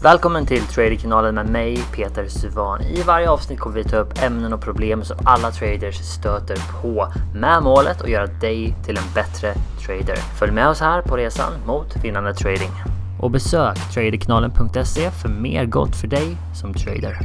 Välkommen till Traderkanalen med mig, Peter Suvan. I varje avsnitt kommer vi ta upp ämnen och problem som alla traders stöter på med målet att göra dig till en bättre trader. Följ med oss här på resan mot vinnande trading. Och besök traderkanalen.se för mer gott för dig som trader.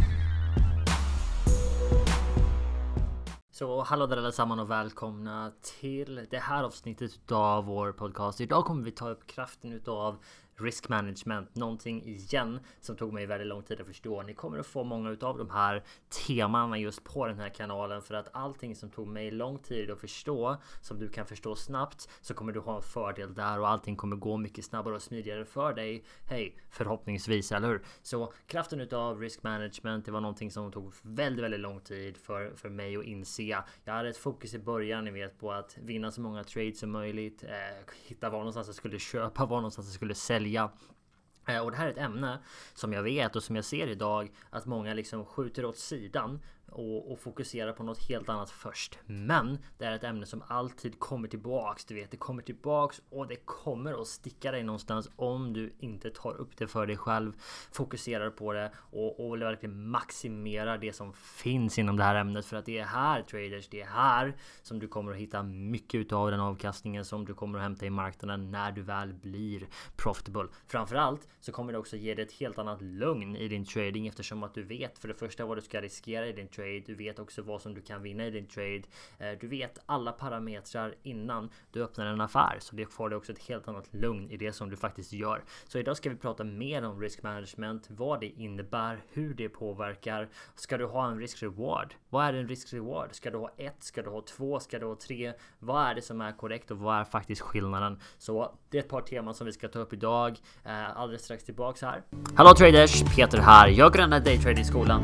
Så hallå där allesammans och välkomna till det här avsnittet av vår podcast. Idag kommer vi ta upp kraften utav risk management, någonting igen som tog mig väldigt lång tid att förstå. Ni kommer att få många utav de här temana just på den här kanalen, för att allting som tog mig lång tid att förstå, som du kan förstå snabbt, så kommer du ha en fördel där och allting kommer gå mycket snabbare och smidigare för dig. Hej, förhoppningsvis, eller hur? Så kraften utav risk management, det var någonting som tog väldigt lång tid för mig att inse. Jag hade ett fokus i början, ni vet, på att vinna så många trades som möjligt, hitta var någonstans jag skulle köpa, var någonstans jag skulle sälja. Och det här är ett ämne som jag vet och som jag ser idag att många liksom skjuter åt sidan och fokuserar på något helt annat först. Men det är ett ämne som alltid kommer tillbaks. Du vet, det kommer tillbaks och det kommer att sticka dig någonstans om du inte tar upp det för dig själv, fokuserar på det och verkligen maximerar det som finns inom det här ämnet. För att det är här, traders, det är här som du kommer att hitta mycket utav den avkastningen som du kommer att hämta i marknaden när du väl blir profitable. Framförallt så kommer det också ge dig ett helt annat lugn i din trading, eftersom att du vet för det första vad du ska riskera i din trade. Du vet också vad som du kan vinna i din trade. Du vet alla parametrar innan du öppnar en affär. Så det får dig också ett helt annat lugn i det som du faktiskt gör. Så idag ska vi prata mer om risk management. Vad det innebär, hur det påverkar. Ska du ha en risk reward? Vad är en risk reward? Ska du ha 1? Ska du ha 2? Ska du ha 3? Vad är det som är korrekt och vad är faktiskt skillnaden? Så det är ett par teman som vi ska ta upp idag. Alldeles strax tillbaks här. Hallå traders, Peter här. Jag grundade Daytrading-skolan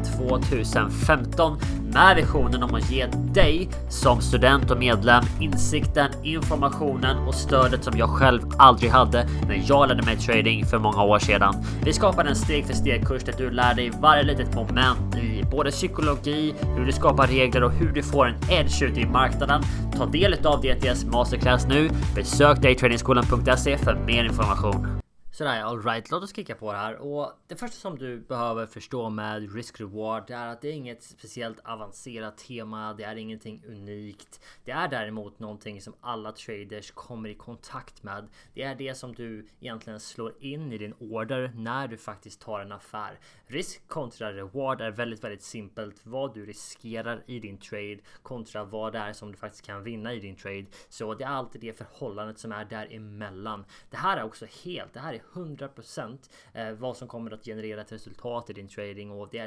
2015 med visionen om att ge dig som student och medlem insikten, informationen och stödet som jag själv aldrig hade när jag lärde mig trading för många år sedan. Vi skapade en steg för steg kurs där du lär dig varje litet moment i både psykologi, hur du skapar regler och hur du får en edge ut i marknaden. Ta del av DTS Masterclass nu. Besök daytradingskolan.se för mer information. Sådär, alright, låt oss kika på det här. Och det första som du behöver förstå med risk reward är att det är inget speciellt avancerat tema, det är ingenting unikt. Det är däremot någonting som alla traders kommer i kontakt med. Det är det som du egentligen slår in i din order när du faktiskt tar en affär. Risk kontra reward är väldigt simpelt. Vad du riskerar i din trade kontra vad det är som du faktiskt kan vinna i din trade. Så det är alltid det förhållandet som är däremellan. Det här är också det här är 100% vad som kommer att generera ett resultat i din trading, och det är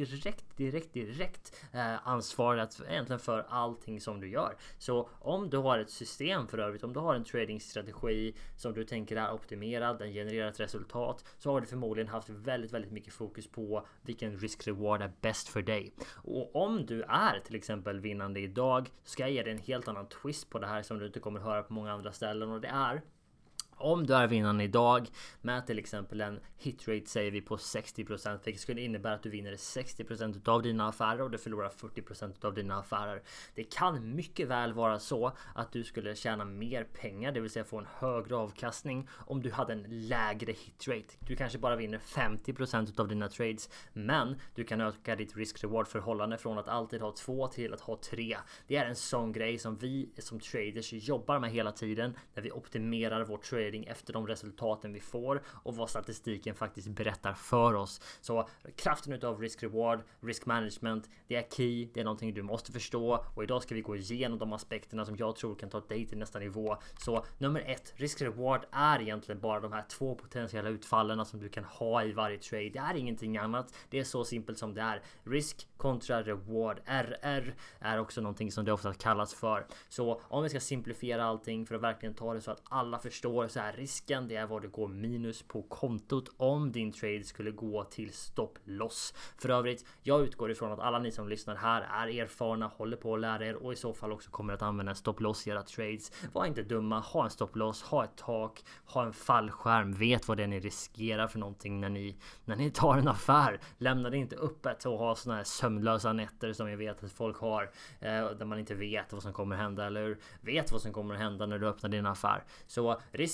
direkt ansvaret egentligen för allting som du gör. Så om du har ett system, för övrigt om du har en tradingstrategi som du tänker är optimerad, den genererar ett resultat, så har du förmodligen haft väldigt mycket fokus på vilken risk-reward är bäst för dig. Och om du är till exempel vinnande idag, så ska jag ge dig en helt annan twist på det här som du inte kommer höra på många andra ställen, och det är: om du är vinnande idag med till exempel en hitrate säger vi på 60%, vilket skulle innebära att du vinner 60% av dina affärer och du förlorar 40% av dina affärer. Det kan mycket väl vara så att du skulle tjäna mer pengar, det vill säga få en högre avkastning, om du hade en lägre hitrate. Du kanske bara vinner 50% av dina trades, men du kan öka ditt risk-reward förhållande från att alltid ha 2 till att ha 3. Det är en sån grej som vi som traders jobbar med hela tiden, när vi optimerar vår trade efter de resultaten vi får och vad statistiken faktiskt berättar för oss. Så kraften utav risk reward, risk management, det är key, det är någonting du måste förstå, och idag ska vi gå igenom de aspekterna som jag tror kan ta dig till nästa nivå. Så nummer 1, risk reward är egentligen bara de här 2 potentiella utfallen som du kan ha i varje trade. Det är ingenting annat, det är så simpelt som det är. Risk kontra reward, RR, är också någonting som det ofta kallas för. Så om vi ska simplifiera allting för att verkligen ta det så att alla förstår, så här, risken, det är vad det går minus på kontot om din trade skulle gå till stopp loss. För övrigt, jag utgår ifrån att alla ni som lyssnar här är erfarna, håller på att lära er och i så fall också kommer att använda en stopp loss i era trades. Var inte dumma, ha en stopp loss, ha ett tak, ha en fallskärm, vet vad det är ni riskerar för någonting när ni tar en affär. Lämna det inte öppet och ha såna här sömnlösa nätter som jag vet att folk har, där man inte vet vad som kommer hända, eller vet vad som kommer att hända när du öppnar din affär. Så risk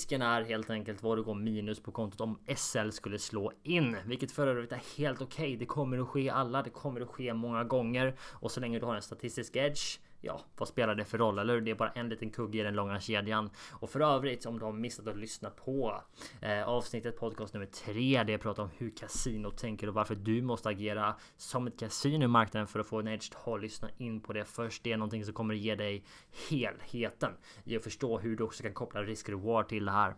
risken är helt enkelt vad det går minus på kontot om SL skulle slå in, vilket för övrigt är helt okej. Det kommer att ske det kommer att ske många gånger, och så länge du har en statistisk edge, ja, vad spelar det för roll, eller? Det är bara en liten kugge i den långa kedjan. Och för övrigt, om du har missat att lyssna på avsnittet podcast nummer 3, där jag pratar om hur kasino tänker och varför du måste agera som ett kasino i marknaden för att få en edge, lyssna in på det först. Det är någonting som kommer ge dig helheten i att förstå hur du också kan koppla risk-reward till det här.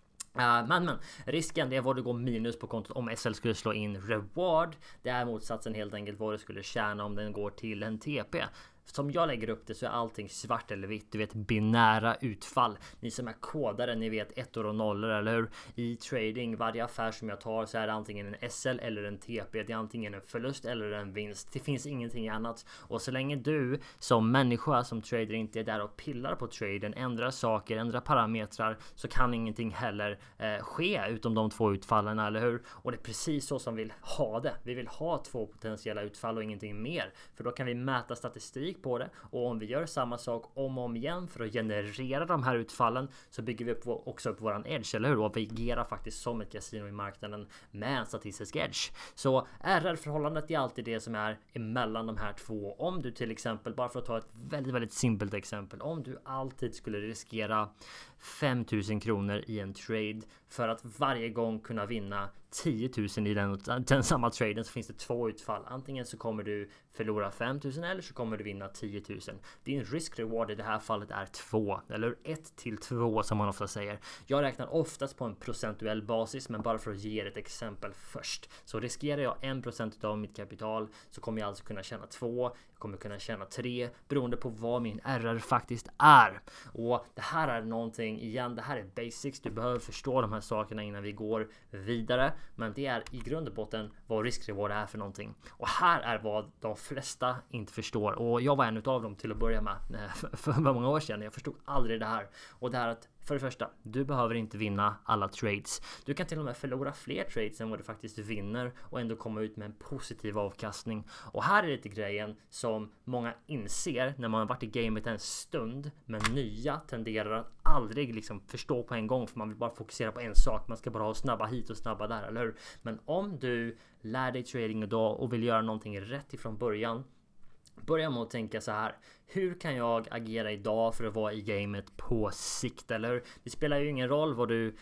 Men risken, det är vad det går minus på kontot om SL skulle slå in. Reward, det är motsatsen, helt enkelt vad du skulle tjäna om den går till en TP. Som jag lägger upp det så är allting svart eller vitt. Du vet, binära utfall. Ni som är kodare, ni vet ettor och nollor, eller hur? I trading, varje affär som jag tar så är det antingen en SL eller en TP. Det är antingen en förlust eller en vinst. Det finns ingenting annat. Och så länge du som människa, som trader, inte är där och pillar på traden, ändrar saker, ändrar parametrar, så kan ingenting heller ske utom de två utfallen, eller hur? Och det är precis så som vi vill ha det. Vi vill ha två potentiella utfall och ingenting mer. För då kan vi mäta statistik på det, och om vi gör samma sak om och om igen för att generera de här utfallen, så bygger vi också upp våran edge, eller hur? Och vi agerar faktiskt som ett kasino i marknaden med en statistisk edge. Så RR-förhållandet är alltid det som är emellan de här två. Om du till exempel, bara för att ta ett väldigt, väldigt simpelt exempel, om du alltid skulle riskera 5000 kronor i en trade för att varje gång kunna vinna 10 000 i den samma traden, så finns det två utfall. Antingen så kommer du förlora 5 000 eller så kommer du vinna 10 000. Din risk reward i det här fallet är 2, eller 1 till 2 som man ofta säger. Jag räknar oftast på en procentuell basis, men bara för att ge er ett exempel först. Så riskerar jag 1% av mitt kapital, så kommer jag alltså kunna tjäna 2, jag kommer kunna tjäna 3, beroende på vad min RR faktiskt är. Och det här är någonting, igen, det här är basics. Du behöver förstå de här sakerna innan vi går vidare. Men det är i grund och botten vad risk-reward är för någonting. Och här är vad de flesta inte förstår. Och jag var en av dem till att börja med för många år sedan. Jag förstod aldrig det här. Och det är att, för det första, du behöver inte vinna alla trades. Du kan till och med förlora fler trades än vad du faktiskt vinner och ändå komma ut med en positiv avkastning. Och här är lite grejen som många inser när man har varit i gamet en stund, men nya tenderar att aldrig liksom förstå på en gång, för man vill bara fokusera på en sak. Man ska bara ha snabba hit och snabba där, eller hur? Men om du lär dig trading idag och vill göra någonting rätt ifrån början, börja med att tänka så här: hur kan jag agera idag för att vara i gamet på sikt, eller hur? Det spelar ju ingen roll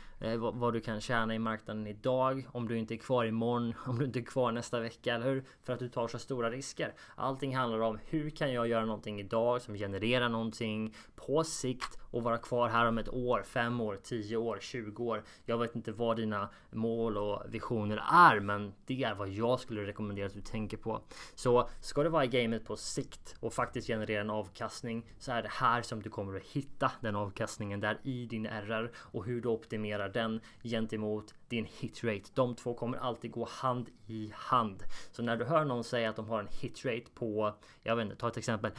vad du kan tjäna i marknaden idag om du inte är kvar imorgon, om du inte är kvar nästa vecka, eller hur? För att du tar så stora risker. Allting handlar om hur kan jag göra någonting idag som genererar någonting på sikt och vara kvar här om ett år, 5 år, 10 år, 20 år. Jag vet inte vad dina mål och visioner är, men det är vad jag skulle rekommendera att du tänker på. Så ska du vara i gamet på sikt och faktiskt generera en avkastning, så är det här som du kommer att hitta den avkastningen, där i din RR, och hur du optimerar den gentemot din hitrate. De två kommer alltid gå hand i hand. Så när du hör någon säga att de har en hitrate på, jag vet inte, ta ett exempel,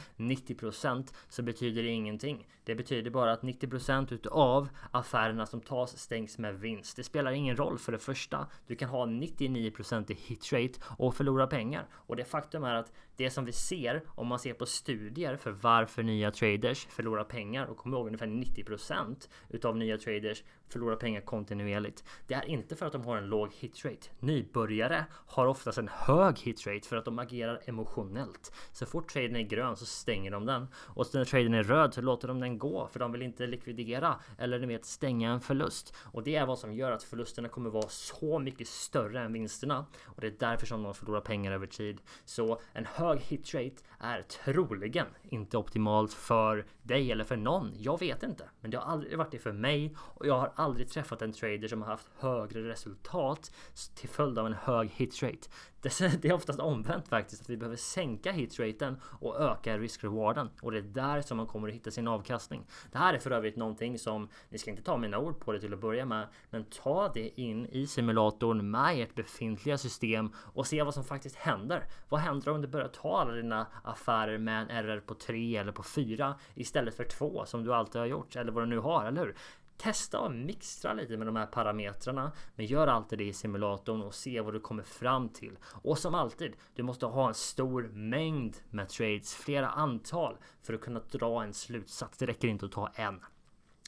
90%, så betyder det ingenting. Det betyder bara att 90% utav affärerna som tas stängs med vinst. Det spelar ingen roll. För det första, du kan ha 99% i hitrate och förlora pengar. Och det faktum är att det som vi ser, om man ser på studier för varför nya traders förlorar pengar, och kommer ihåg ungefär 90% utav nya traders förlorar pengar kontinuerligt, det är inte för att de har en låg hitrate. Nybörjare har oftast en hög hitrate för att de agerar emotionellt. Så fort traden är grön så stänger de den, och när traden är röd så låter de den gå, för de vill inte likvidera eller ni vet stänga en förlust. Och det är vad som gör att förlusterna kommer vara så mycket större än vinsterna, och det är därför som de förlorar pengar över tid. Så en hög hitrate är troligen inte optimalt för dig eller för någon. Jag vet inte, men det har aldrig varit det för mig, och jag har aldrig träffat en trader som har haft högre resultat till följd av en hög hitrate. Det är oftast omvänt faktiskt, att vi behöver sänka hitraten och öka risk-rewarden, och det är där som man kommer att hitta sin avkastning. Det här är för övrigt någonting som, ni ska inte ta mina ord på det till att börja med, men ta det in i simulatorn med ert befintliga system och se vad som faktiskt händer. Vad händer om du börjar ta alla dina affärer med en RR på 3 eller på 4 istället för 2 som du alltid har gjort, eller vad du nu har, eller hur? Testa och mixtra lite med de här parametrarna, men gör alltid det i simulatorn och se vad du kommer fram till. Och som alltid, du måste ha en stor mängd med trades, flera antal, för att kunna dra en slutsats. Det räcker inte att ta en.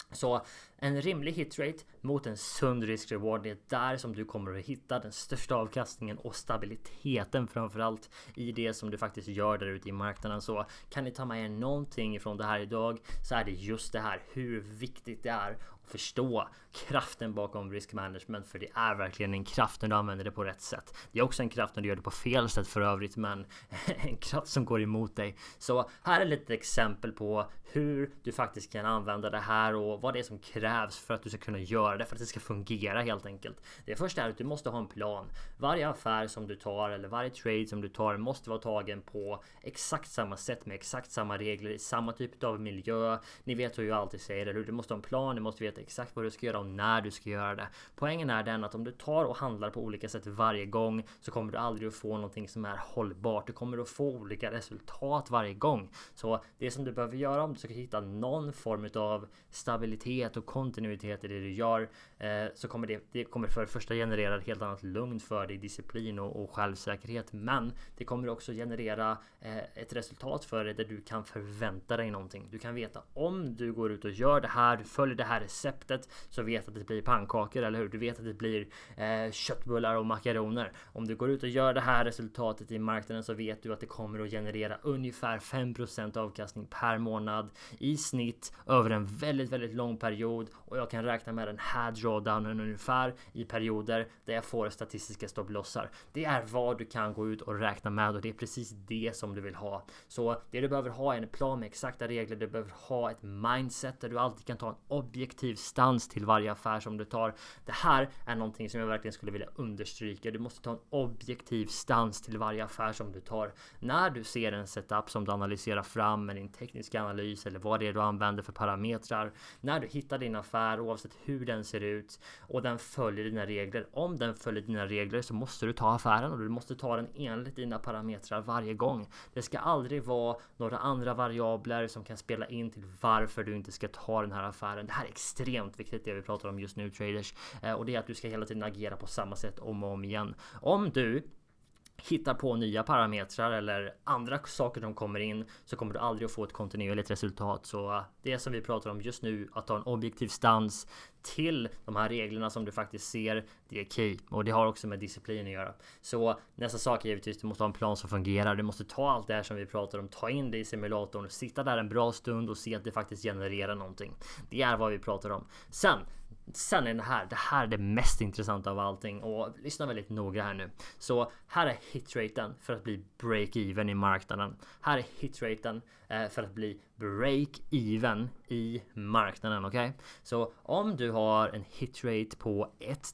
Så en rimlig hitrate mot en sund risk-reward, det är där som du kommer att hitta den största avkastningen och stabiliteten framförallt i det som du faktiskt gör där ute i marknaden. Så kan ni ta med er någonting ifrån det här idag, så är det just det här, hur viktigt det är att förstå kraften bakom risk management, för det är verkligen en kraft när du använder det på rätt sätt. Det är också en kraft när du gör det på fel sätt för övrigt, men en kraft som går emot dig. Så här är lite exempel på hur du faktiskt kan använda det här och vad det är som krävs för att du ska kunna göra det, för att det ska fungera helt enkelt. Det första är att du måste ha en plan. Varje affär som du tar eller varje trade som du tar måste vara tagen på exakt samma sätt med exakt samma regler i samma typ av miljö. Ni vet hur jag alltid säger det, du måste ha en plan, du måste veta exakt vad du ska göra och när du ska göra det. Poängen är den att om du tar och handlar på olika sätt varje gång så kommer du aldrig att få någonting som är hållbart. Du kommer att få olika resultat varje gång. Så det som du behöver göra om du ska hitta någon form av stabilitet och kontinuitet i det du gör, så kommer det kommer för det första generera ett helt annat lugn för dig, disciplin och självsäkerhet, men det kommer också generera ett resultat för dig där du kan förvänta dig någonting. Du kan veta om du går ut och gör det här, du följer det här receptet, så vet att det blir pannkakor, eller hur? Du vet att det blir köttbullar och makaroner. Om du går ut och gör det här resultatet i marknaden, så vet du att det kommer att generera ungefär 5% avkastning per månad i snitt över en väldigt, väldigt lång period, och jag kan räkna med den här drawdownen ungefär i perioder där jag får statistiska stopplossar. Det är vad du kan gå ut och räkna med, och det är precis det som du vill ha. Så det du behöver ha är en plan med exakta regler. Du behöver ha ett mindset där du alltid kan ta en objektiv stans till varje affär som du tar. Det här är någonting som jag verkligen skulle vilja understryka. Du måste ta en objektiv stans till varje affär som du tar. När du ser en setup som du analyserar fram med din tekniska analys eller vad det är du använder för parametrar, när du hittar din affär oavsett hur den ser ut och den följer dina regler, om den följer dina regler så måste du ta affären, och du måste ta den enligt dina parametrar varje gång. Det ska aldrig vara några andra variabler som kan spela in till varför du inte ska ta den här affären. Det här är extremt viktigt, det vi pratar om just nu, traders, och det är att du ska hela tiden agera på samma sätt om och om igen. Om du hittar på nya parametrar eller andra saker som kommer in, så kommer du aldrig att få ett kontinuerligt resultat. Så det som vi pratar om just nu, att ta en objektiv stans till de här reglerna som du faktiskt ser, det är key, och det har också med disciplin att göra. Så nästa sak är givetvis, du måste ha en plan som fungerar. Du måste ta allt det här som vi pratar om, ta in det i simulatorn och sitta där en bra stund och se att det faktiskt genererar någonting. Det är vad vi pratar om. Sen är det här är det mest intressanta av allting, och lyssna väldigt noga här nu. Så här är hitraten för att bli break-even i marknaden. Här är hitraten för att bli break-even i marknaden, okej? Så om du har en hitrate på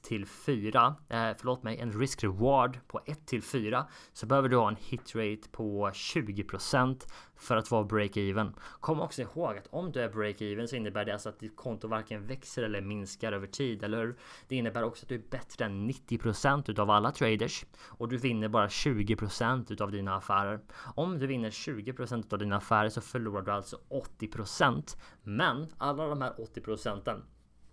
1-4, en risk-reward på 1-4, så behöver du ha en hitrate på 20% för att vara break-even. Kom också ihåg att om du är break-even så innebär det alltså att ditt konto varken växer eller minskar över tid, eller hur? Det innebär också att du är bättre än 90% utav alla traders, och du vinner bara 20% utav dina affärer. Om du vinner 20% av dina affärer så förlorar du alltså 80%. Men alla de här 80%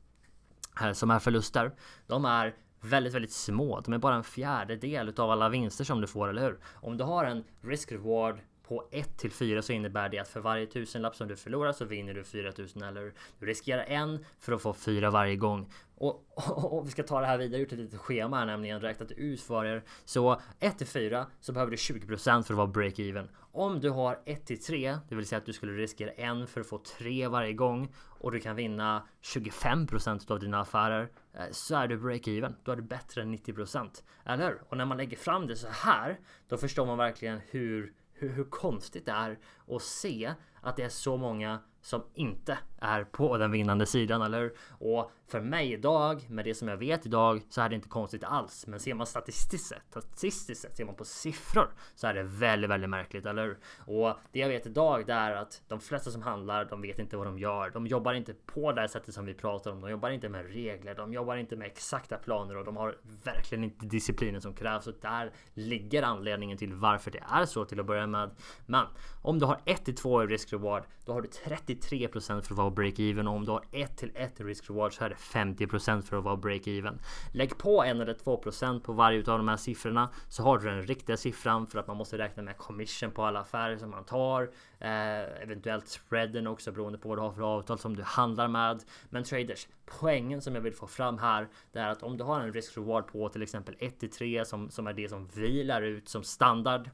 som är förluster, de är väldigt, väldigt små. De är bara en fjärdedel utav alla vinster som du får, eller hur? Om du har en risk-reward på 1-4 så innebär det att för varje tusenlapp som du förlorar så vinner du 4000, eller du riskerar en för att få 4 varje gång. Och vi ska ta det här vidare ut ett litet schema här, nämligen räknat ut för er. Så 1-4 så behöver du 20% för att vara break-even. Om du har 1-3, det vill säga att du skulle riskera en för att få 3 varje gång, och du kan vinna 25% av dina affärer, så är du break-even. Då är du bättre än 90%, eller hur? Och när man lägger fram det så här, då förstår man verkligen hur konstigt det är att se att det är så många som inte är på den vinnande sidan, eller? Och för mig idag, med det som jag vet idag, så är det inte konstigt alls. Men ser man statistiskt sett, ser man på siffror, så är det väldigt, väldigt märkligt, eller? Och det jag vet idag, det är att de flesta som handlar, de vet inte vad de gör. De jobbar inte på det här sättet som vi pratar om. De jobbar inte med regler, de jobbar inte med exakta planer, och de har verkligen inte disciplinen som krävs. Och där ligger anledningen till varför det är så till att börja med. Men om du har 1-2 i risk-reward, då har du 33% för att vara break-even, och om du har 1-1 i risk-reward så är det 50% för att vara break-even. Lägg på 1 eller 2% på varje av de här siffrorna, så har du den riktiga siffran, för att man måste räkna med commission på alla affärer som man tar, eventuellt spreaden också beroende på vad du har för avtal som du handlar med. Men traders, poängen som jag vill få fram här, det är att om du har en risk-reward på till exempel 1-3 som är det som vi lär ut som standard.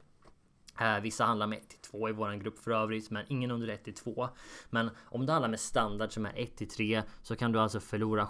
Vissa handlar med 1-2 i våran grupp för övrigt, men ingen under 1-2. Men om du handlar med standard som är 1-3, så kan du alltså förlora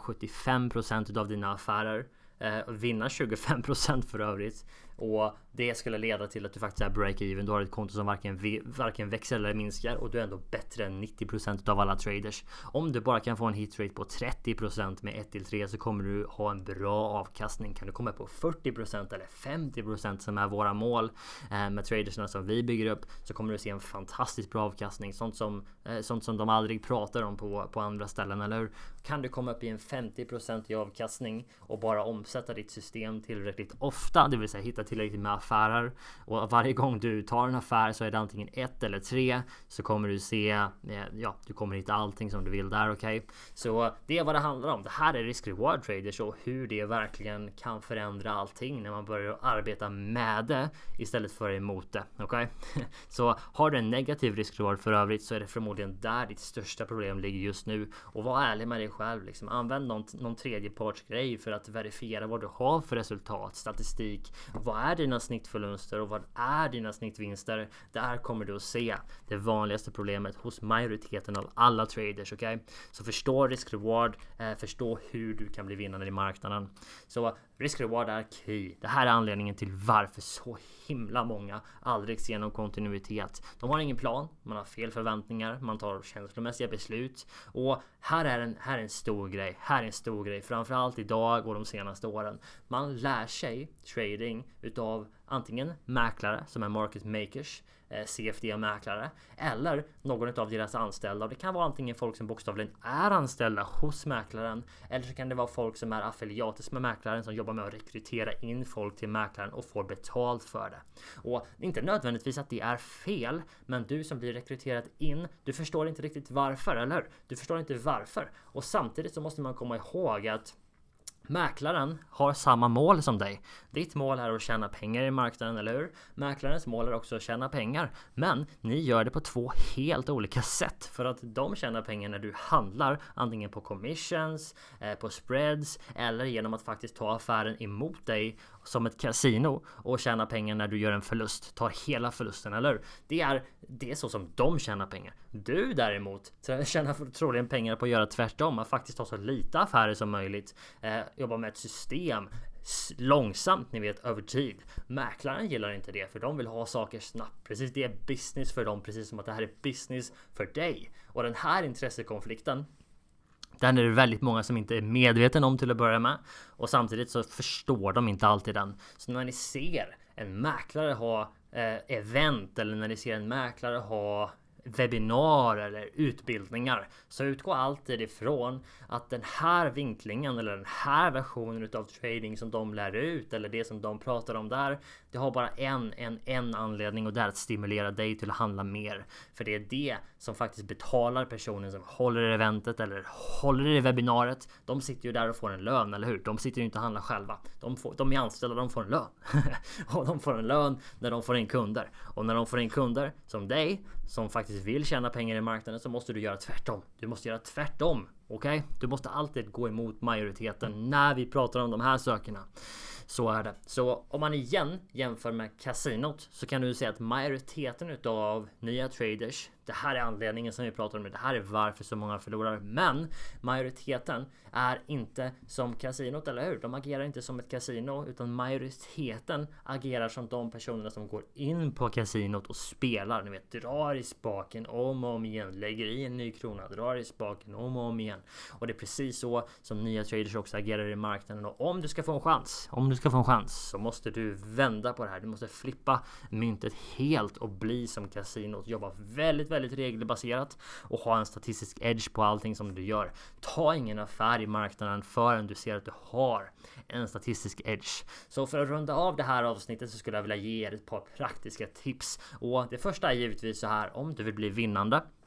75% av dina affärer, vinna 25% för övrigt, och det skulle leda till att du faktiskt är break-even. Du har ett konto som varken växer eller minskar, och du är ändå bättre än 90% av alla traders. Om du bara kan få en hitrate på 30% med 1-3, så kommer du ha en bra avkastning. Kan du komma på 40% eller 50% som är våra mål med tradersna som vi bygger upp, så kommer du se en fantastiskt bra avkastning. Sånt som de aldrig pratar om på andra ställen, eller hur? Kan du komma upp i en 50% i avkastning och bara omsätta ditt system tillräckligt ofta, det vill säga hitta tillräckligt med affärer, och varje gång du tar en affär så är det antingen 1 eller 3, så kommer du se, du kommer hitta allting som du vill där, okej? Så det är vad det handlar om. Det här är risk-reward traders, och hur det verkligen kan förändra allting när man börjar arbeta med det istället för emot det, okej? Så har du en negativ risk-reward för övrigt, så är det förmodligen där ditt största problem ligger just nu. Och var ärlig med dig själv, liksom. Använd någon tredjepartsgrej för att verifiera vad du har för resultat, statistik. Vad är dina snittförluster och vad är dina snittvinster? Där kommer du att se det vanligaste problemet hos majoriteten av alla traders, okej? Så förstå risk-reward, förstå hur du kan bli vinnande i marknaden. Så risk-reward är key. Det här är anledningen till varför så himla många aldrig ser någon kontinuitet. De har ingen plan, man har fel förväntningar, man tar känslomässiga beslut, och här är en stor grej. Här är en stor grej, framförallt idag och de senaste åren. Man lär sig trading utav antingen mäklare som är market makers, CFD-mäklare, eller någon av deras anställda. Och det kan vara antingen folk som bokstavligen är anställda hos mäklaren, eller så kan det vara folk som är affiliater med mäklaren, som jobbar med att rekrytera in folk till mäklaren och får betalt för det. Och det är inte nödvändigtvis att det är fel, men du som blir rekryterad in, du förstår inte riktigt varför, eller hur? Du förstår inte varför. Och samtidigt så måste man komma ihåg att mäklaren har samma mål som dig. Ditt mål är att tjäna pengar i marknaden, eller hur? Mäklarens mål är också att tjäna pengar. Men ni gör det på 2 helt olika sätt. För att de tjänar pengar när du handlar, antingen på commissions, på spreads, eller genom att faktiskt ta affären emot dig som ett kasino och tjäna pengar när du gör en förlust. Tar hela förlusten, eller hur? Det är så som de tjänar pengar. Du däremot tjänar troligen pengar på att göra tvärtom. Att faktiskt ta så lite affärer som möjligt. Jobba med ett system långsamt, ni vet, över tid. Mäklaren gillar inte det, för de vill ha saker snabbt. Precis, det är business för dem, precis som att det här är business för dig. Och den här intressekonflikten, den är det väldigt många som inte är medveten om till att börja med. Och samtidigt så förstår de inte alltid den. Så när ni ser en mäklare ha event, eller när ni ser en mäklare ha webbinar eller utbildningar, så utgå alltid ifrån att den här vinklingen eller den här versionen utav trading som de lär ut, eller det som de pratar om där, det har bara en anledning, och det är att stimulera dig till att handla mer. För det är det som faktiskt betalar personen som håller i eventet eller håller i webbinariet. De sitter ju där och får en lön, eller hur? De sitter ju inte och handlar själva. De är anställda, de får en lön. Och de får en lön när de får in kunder. Och när de får in kunder som dig, som faktiskt vill tjäna pengar i marknaden, så måste du göra tvärtom. Du måste göra tvärtom, okej? Du måste alltid gå emot majoriteten när vi pratar om de här sakerna. Så är det. Så om man igen jämför med kasinot, så kan du säga att majoriteten utav nya traders, det här är anledningen som vi pratar om, det här är varför så många förlorar, men majoriteten är inte som kasinot, eller hur? De agerar inte som ett kasino, utan majoriteten agerar som de personerna som går in på kasinot och spelar, ni vet, drar i spaken om och om igen, lägger i en ny krona, drar i spaken om och om igen. Och det är precis så som nya traders också agerar i marknaden. Och om du ska få en chans, så måste du vända på det här. Du måste flippa myntet helt och bli som kasinot, jobba väldigt regelbaserat och ha en statistisk edge på allting som du gör. Ta ingen affär i marknaden förrän du ser att du har en statistisk edge. Så för att runda av det här avsnittet, så skulle jag vilja ge er ett par praktiska tips. Och det första är givetvis så här: om du vill bli vinnande,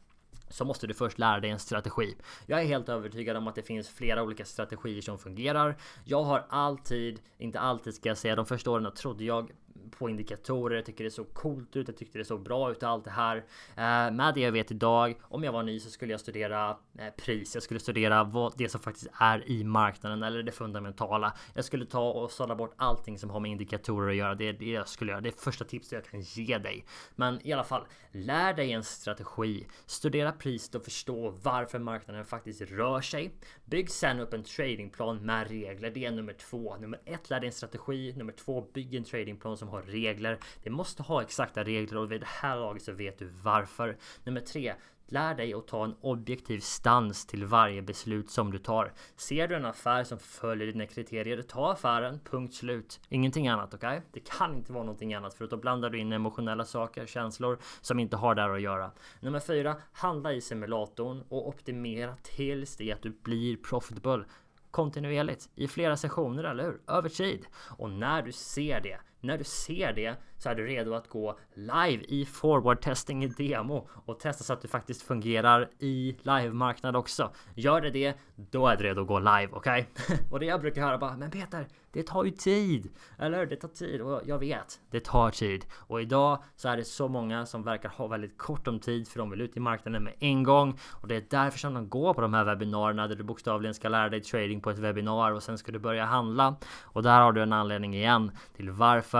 så måste du först lära dig en strategi. Jag är helt övertygad om att det finns flera olika strategier som fungerar. Jag har inte alltid ska jag säga, de första åren trodde jag på indikatorer. Jag tycker det är så coolt ut, jag tyckte det så bra ut och allt det här. Med det jag vet idag, om jag var ny så skulle jag studera pris. Jag skulle studera vad det som faktiskt är i marknaden eller det fundamentala. Jag skulle ta och sålla bort allting som har med indikatorer att göra. Det är det jag skulle göra. Det är första tipset jag kan ge dig. Men i alla fall, lär dig en strategi. Studera priset och förstå varför marknaden faktiskt rör sig. Bygg sen upp en tradingplan med regler. Det är nummer 2. Nummer 1, lär dig en strategi. Nummer 2, bygg en tradingplan som har regler. Det måste ha exakta regler och vid det här laget så vet du varför. Nummer 3, lär dig att ta en objektiv stans till varje beslut som du tar. Ser du en affär som följer dina kriterier, ta affären, punkt slut. Ingenting annat, okej? Det kan inte vara någonting annat för då blandar du in emotionella saker, känslor som inte har där att göra. Nummer 4, handla i simulatorn och optimera tills det att du blir profitable. Kontinuerligt i flera sessioner, eller hur? Över tid. Och när du ser det så är du redo att gå live i forward testing i demo och testa så att du faktiskt fungerar i live-marknad också. Gör det, då är du redo att gå live, okej? Och det jag brukar höra bara, men Peter, det tar ju tid. Eller det tar tid och jag vet, det tar tid. Och idag så är det så många som verkar ha väldigt kort om tid för de vill ut i marknaden med en gång. Och det är därför som de går på de här webbinarierna där du bokstavligen ska lära dig trading på ett webbinar och sen ska du börja handla. Och där har du en anledning igen till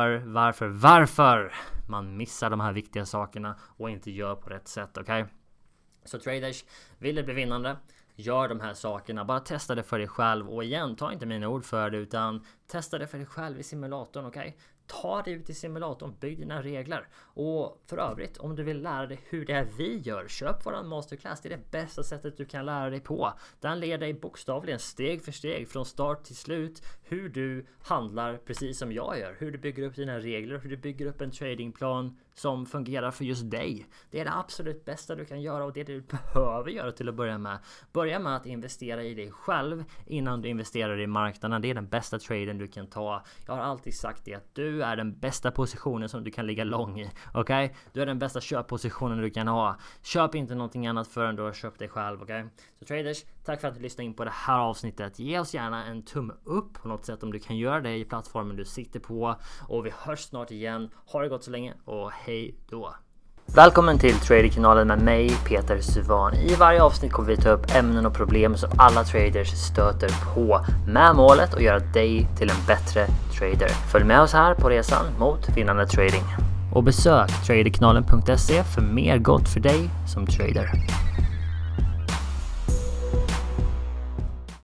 varför man missar de här viktiga sakerna och inte gör på rätt sätt, okej? Så traders, vill du bli vinnande? Gör de här sakerna, bara testa det för dig själv och igen, ta inte mina ord för det utan testa det för dig själv i simulatorn, okej? Ta dig ut i simulatorn, bygg dina regler. Och för övrigt, om du vill lära dig hur det är vi gör, köp våran masterclass. Det är det bästa sättet du kan lära dig på. Den leder dig bokstavligen steg för steg från start till slut hur du handlar precis som jag gör. Hur du bygger upp dina regler, hur du bygger upp en tradingplan som fungerar för just dig. Det är det absolut bästa du kan göra och det du behöver göra till att börja med. Börja med att investera i dig själv innan du investerar i marknaden. Det är den bästa traden du kan ta. Jag har alltid sagt det att du är den bästa positionen som du kan ligga lång i. Okej? Du är den bästa köppositionen du kan ha. Köp inte någonting annat förrän du har köpt dig själv, okej? Så traders, tack för att du lyssnade in på det här avsnittet. Ge oss gärna en tumme upp på något sätt om du kan göra det i plattformen du sitter på. Och vi hörs snart igen. Ha det gott så länge och hej då! Välkommen till Traderkanalen med mig, Peter Svan. I varje avsnitt kommer vi ta upp ämnen och problem som alla traders stöter på med målet att göra dig till en bättre trader. Följ med oss här på resan mot vinnande trading. Och besök traderkanalen.se för mer gott för dig som trader.